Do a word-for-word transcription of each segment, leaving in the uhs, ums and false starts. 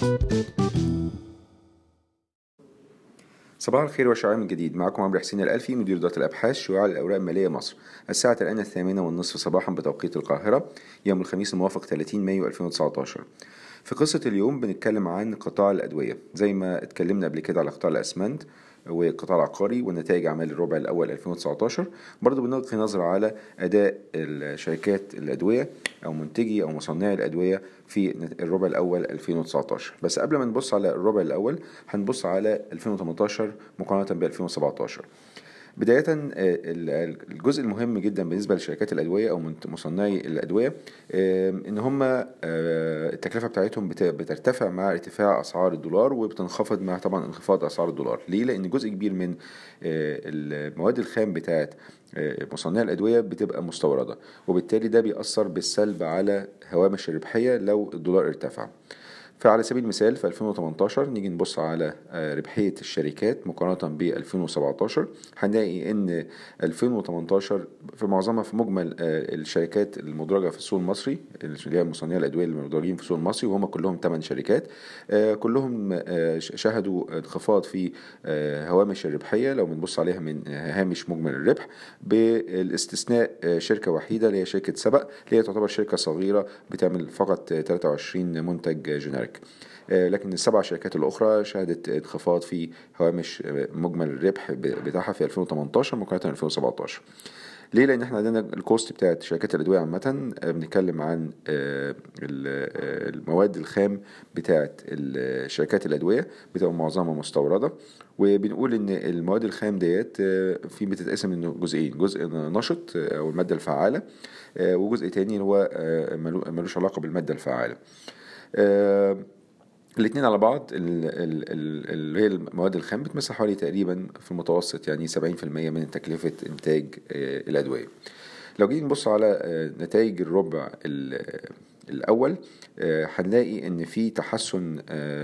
صباح الخير وشعاع من جديد. معكم عمرو حسين الألفي، مدير إدارة الأبحاث شعاع الأوراق المالية مصر. الساعة الآن الثامنة والنصف صباحا بتوقيت القاهرة، يوم الخميس الموافق ثلاثين مايو ألفين وتسعتاشر. في قصة اليوم بنتكلم عن قطاع الأدوية، زي ما اتكلمنا قبل كده على قطاع الأسمنت والقطاع العقاري ونتائج أعمال الربع الأول ألفين وتسعتاشر. برضو بنلقي نظرة على أداء الشركات الأدوية أو منتجي أو مصنعي الأدوية في الربع الأول ألفين وتسعتاشر. بس قبل ما نبص على الربع الأول هنبص على ألفين وتمنتاشر مقارنة ب ألفين وسبعتاشر. بداية الجزء المهم جدا بالنسبة لشركات الأدوية أو مصنعي الأدوية إن هم التكلفة بتاعتهم بترتفع مع ارتفاع أسعار الدولار وبتنخفض مع طبعا انخفاض أسعار الدولار. ليه؟ لأن جزء كبير من المواد الخام بتاعت مصنعي الأدوية بتبقى مستوردة، وبالتالي ده بيأثر بالسلب على هوامش الربحية لو الدولار ارتفع. فعلى سبيل المثال في ألفين وتمنتاشر نيجي نبص على ربحية الشركات مقارنة ب ألفين وسبعتاشر، هنلاقي ان ألفين وتمنتاشر في معظمها في مجمل الشركات المدرجة في السوق المصري اللي هي مصنعي الأدوية المدرجين في السوق المصري، وهم كلهم ثمان شركات، كلهم شهدوا انخفاض في هوامش الربحية لو بنبص عليها من هامش مجمل الربح، بالاستثناء شركة وحيدة اللي هي شركة سبق، اللي هي تعتبر شركة صغيرة بتعمل فقط ثلاثة وعشرين منتج جينيريك. لكن السبع شركات الأخرى شهدت انخفاض في هوامش مجمل الربح بتاعها في ألفين وتمنتاشر مقارنة ألفين وسبعتاشر. ليه؟ لأن احنا عندنا الكوست بتاعت شركات الأدوية عامة بنتكلم عن المواد الخام بتاعت شركات الأدوية بتبقى معظمها مستوردة، وبنقول ان المواد الخام ديت في بتتقسم من جزئين: جزء نشط او المادة الفعالة، وجزء تاني اللي هو ملوش علاقة بالمادة الفعالة. الاثنين على بعض اللي هي المواد الخام بتمثل حوالي تقريبا في المتوسط يعني سبعين في المية من تكلفة إنتاج الأدوية. لو جينا نبص على نتائج الربع الأول هنلاقي إن في تحسن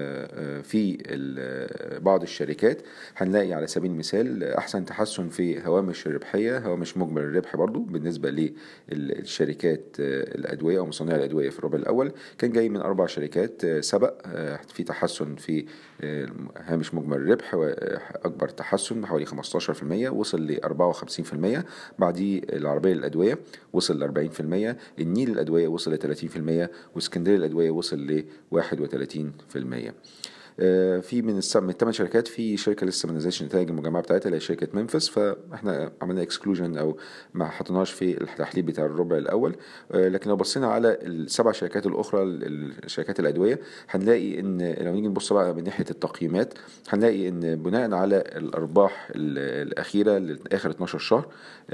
في بعض الشركات. هنلاقي على سبيل المثال أحسن تحسن في هوامش الربحية، هوامش مجمل الربح برضو بالنسبة للشركات الأدوية أو مصنعي الأدوية في الربع الأول كان جاي من أربع شركات سبق في تحسن في هامش مجمل الربح، وأكبر تحسن حوالي خمستاشر في المية وصل ل أربعة وخمسين في المية. بعديه العربية للأدوية وصل ل أربعين في المية، النيل للأدوية وصل ل ثلاثين في المية، واسكندرية للأدوية وصل ل واحد وثلاثين في المية. في من الثمان شركات في شركه لسه ما نزلتش نتائج المجمعه بتاعتها اللي هي شركه منفس، فاحنا عملنا اكسكلوجن او ما حطيناش في التحليل بتاع الربع الاول. لكن لو بصينا على السبع شركات الاخرى شركات الادويه هنلاقي ان لو نيجي نبص بقى من ناحيه التقييمات هنلاقي ان بناء على الارباح الاخيره لاخر اتناشر شهر،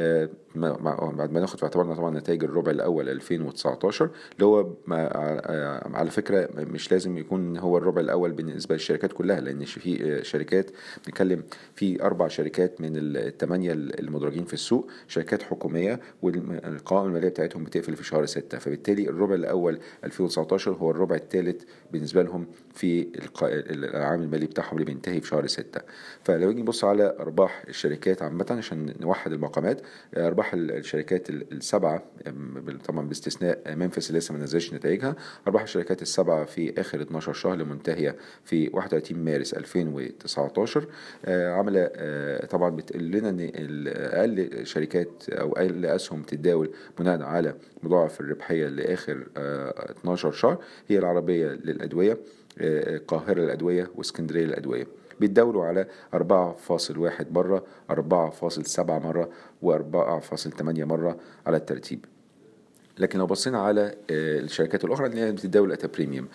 بعد ما ناخد في اعتبارنا طبعا نتائج الربع الاول ألفين وتسعتاشر اللي هو على فكره مش لازم يكون هو الربع الاول بالنسبه الشركات كلها، لان في شركات بنتكلم في اربع شركات من الثمانيه المدرجين في السوق شركات حكوميه والقوائم الماليه بتاعتهم بتقفل في شهر ستة، فبالتالي الربع الاول ألفين وتسعتاشر هو الربع الثالث بالنسبه لهم في العام المالي بتاعهم اللي بينتهي في شهر ستة. فلو نيجي نبص على ارباح الشركات عامه عشان نوحد المقامات، ارباح الشركات السبعه طبعا باستثناء منفس اللي لسه ما نزلش نتائجها، ارباح الشركات السبعه في اخر اتناشر شهر منتهيه في واحد وثلاثين مارس ألفين وتسعتاشر عامله طبعا بتقول لنا ان اقل شركات او اقل اسهم تتداول بناء على مضاعف الربحيه لاخر اتناشر شهر هي العربيه للادويه، القاهره للادويه، واسكندريه للادويه. بيتداولوا على أربعة فاصل واحد مرة، أربعة فاصل سبعة مرة، وأربعة فاصل ثمانية مرة على الترتيب. لكن لو بصينا على الشركات الاخرى اللي هي بتتداول ات بريميوم،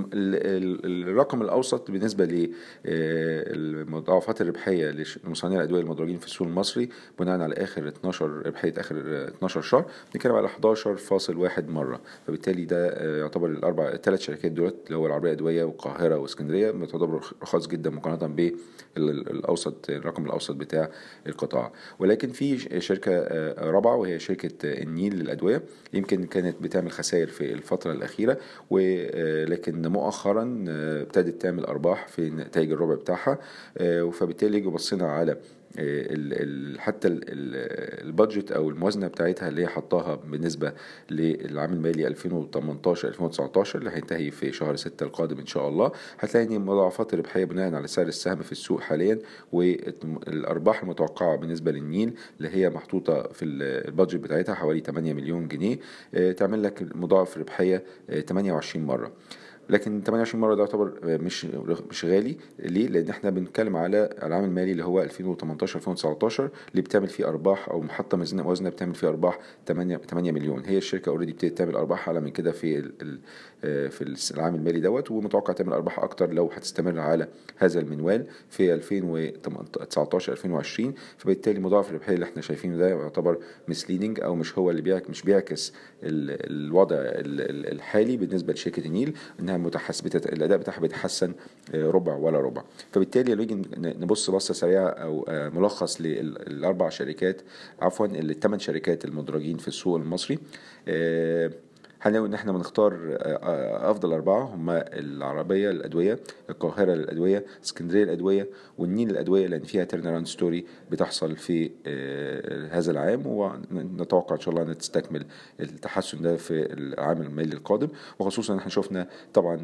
الرقم الاوسط بالنسبه للمضاعفات الربحيه لمصنعي الادويه المدرجين في السوق المصري بناء على اخر اتناشر ربحيه اخر اتناشر شهر بنتكلم على حداشر فاصل واحد مره، فبالتالي ده يعتبر الاربع الثلاث شركات دولت اللي هو العربيه الادويه والقاهره واسكندريه بتعتبر رخاص جدا مقارنه بالاوسط الرقم الاوسط بتاع القطاع. ولكن في شركه رابعه وهي شركه النيل للادويه، يمكن كانت بتعمل خسائر في الفترة الأخيرة، ولكن مؤخرا ابتدت تعمل أرباح في نتائج الربع بتاعها، فبالتالي بصينا على حتى البادجت او الموازنه بتاعتها اللي هي حطاها بالنسبه للعام المالي ألفين وتمنتاشر ألفين وتسعتاشر اللي هينتهي في شهر ستة القادم ان شاء الله، هتلاقي ان مضاعفات الربحيه بناء على سعر السهم في السوق حاليا والارباح المتوقعه بالنسبه للنيل اللي هي محطوطه في البادجت بتاعتها حوالي تمانية مليون جنيه، تعمل لك مضاعف ربحيه تمانية وعشرين مره. لكن تمانية وعشرين مره ده يعتبر مش مش غالي. ليه؟ لان احنا بنتكلم على العام المالي اللي هو ألفين وتمنتاشر ألفين وتسعتاشر اللي بتعمل فيه ارباح او محطه موازنه بتعمل فيه ارباح تمانية مليون. هي الشركه اوريدي ابتدت تعمل ارباح اعلى من كده في في العام المالي دوت، ومتوقع تعمل ارباح اكتر لو هتستمر على هذا المنوال في ألفين وتسعتاشر ألفين وعشرين. فبالتالي مضاعف الربحيه اللي احنا شايفينه ده يعتبر مسليدنج او مش هو اللي بيعكس مش بيعكس الوضع الحالي بالنسبه لشركه النيل، انها متحسن الاداء بتاعها بيتحسن ربع ولا ربع. فبالتالي لو نيجي نبص بصه سريعه او ملخص للاربع شركات عفوا الثمان شركات المدرجين في السوق المصري، هنلاقي ان احنا بنختار افضل اربعه هم العربيه للادويه، القاهره للادويه، اسكندريه للادويه، والنيل للادويه، لان فيها تيرن اراوند ستوري بتحصل في هذا العام، ونتوقع ان شاء الله ان تستكمل التحسن ده في العام المالي القادم. وخصوصا احنا شفنا طبعا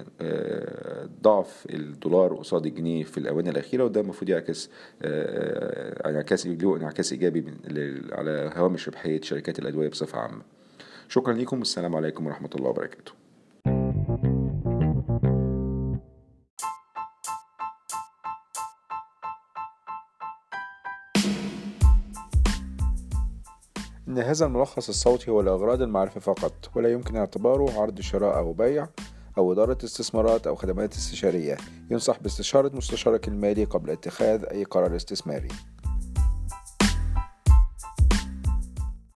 ضعف الدولار قصاد الجنيه في الاونه الاخيره، وده المفروض يعكس انعكاس له انعكاس ايجابي على هوامش ربحيه شركات الادويه بصفه عامه. شكرا لكم والسلام عليكم ورحمة الله وبركاته. إن هذا الملخص الصوتي هو لأغراض المعرفة فقط، ولا يمكن اعتباره عرض شراء أو بيع أو إدارة استثمارات أو خدمات استشارية. ينصح باستشارة مستشارك المالي قبل اتخاذ أي قرار استثماري.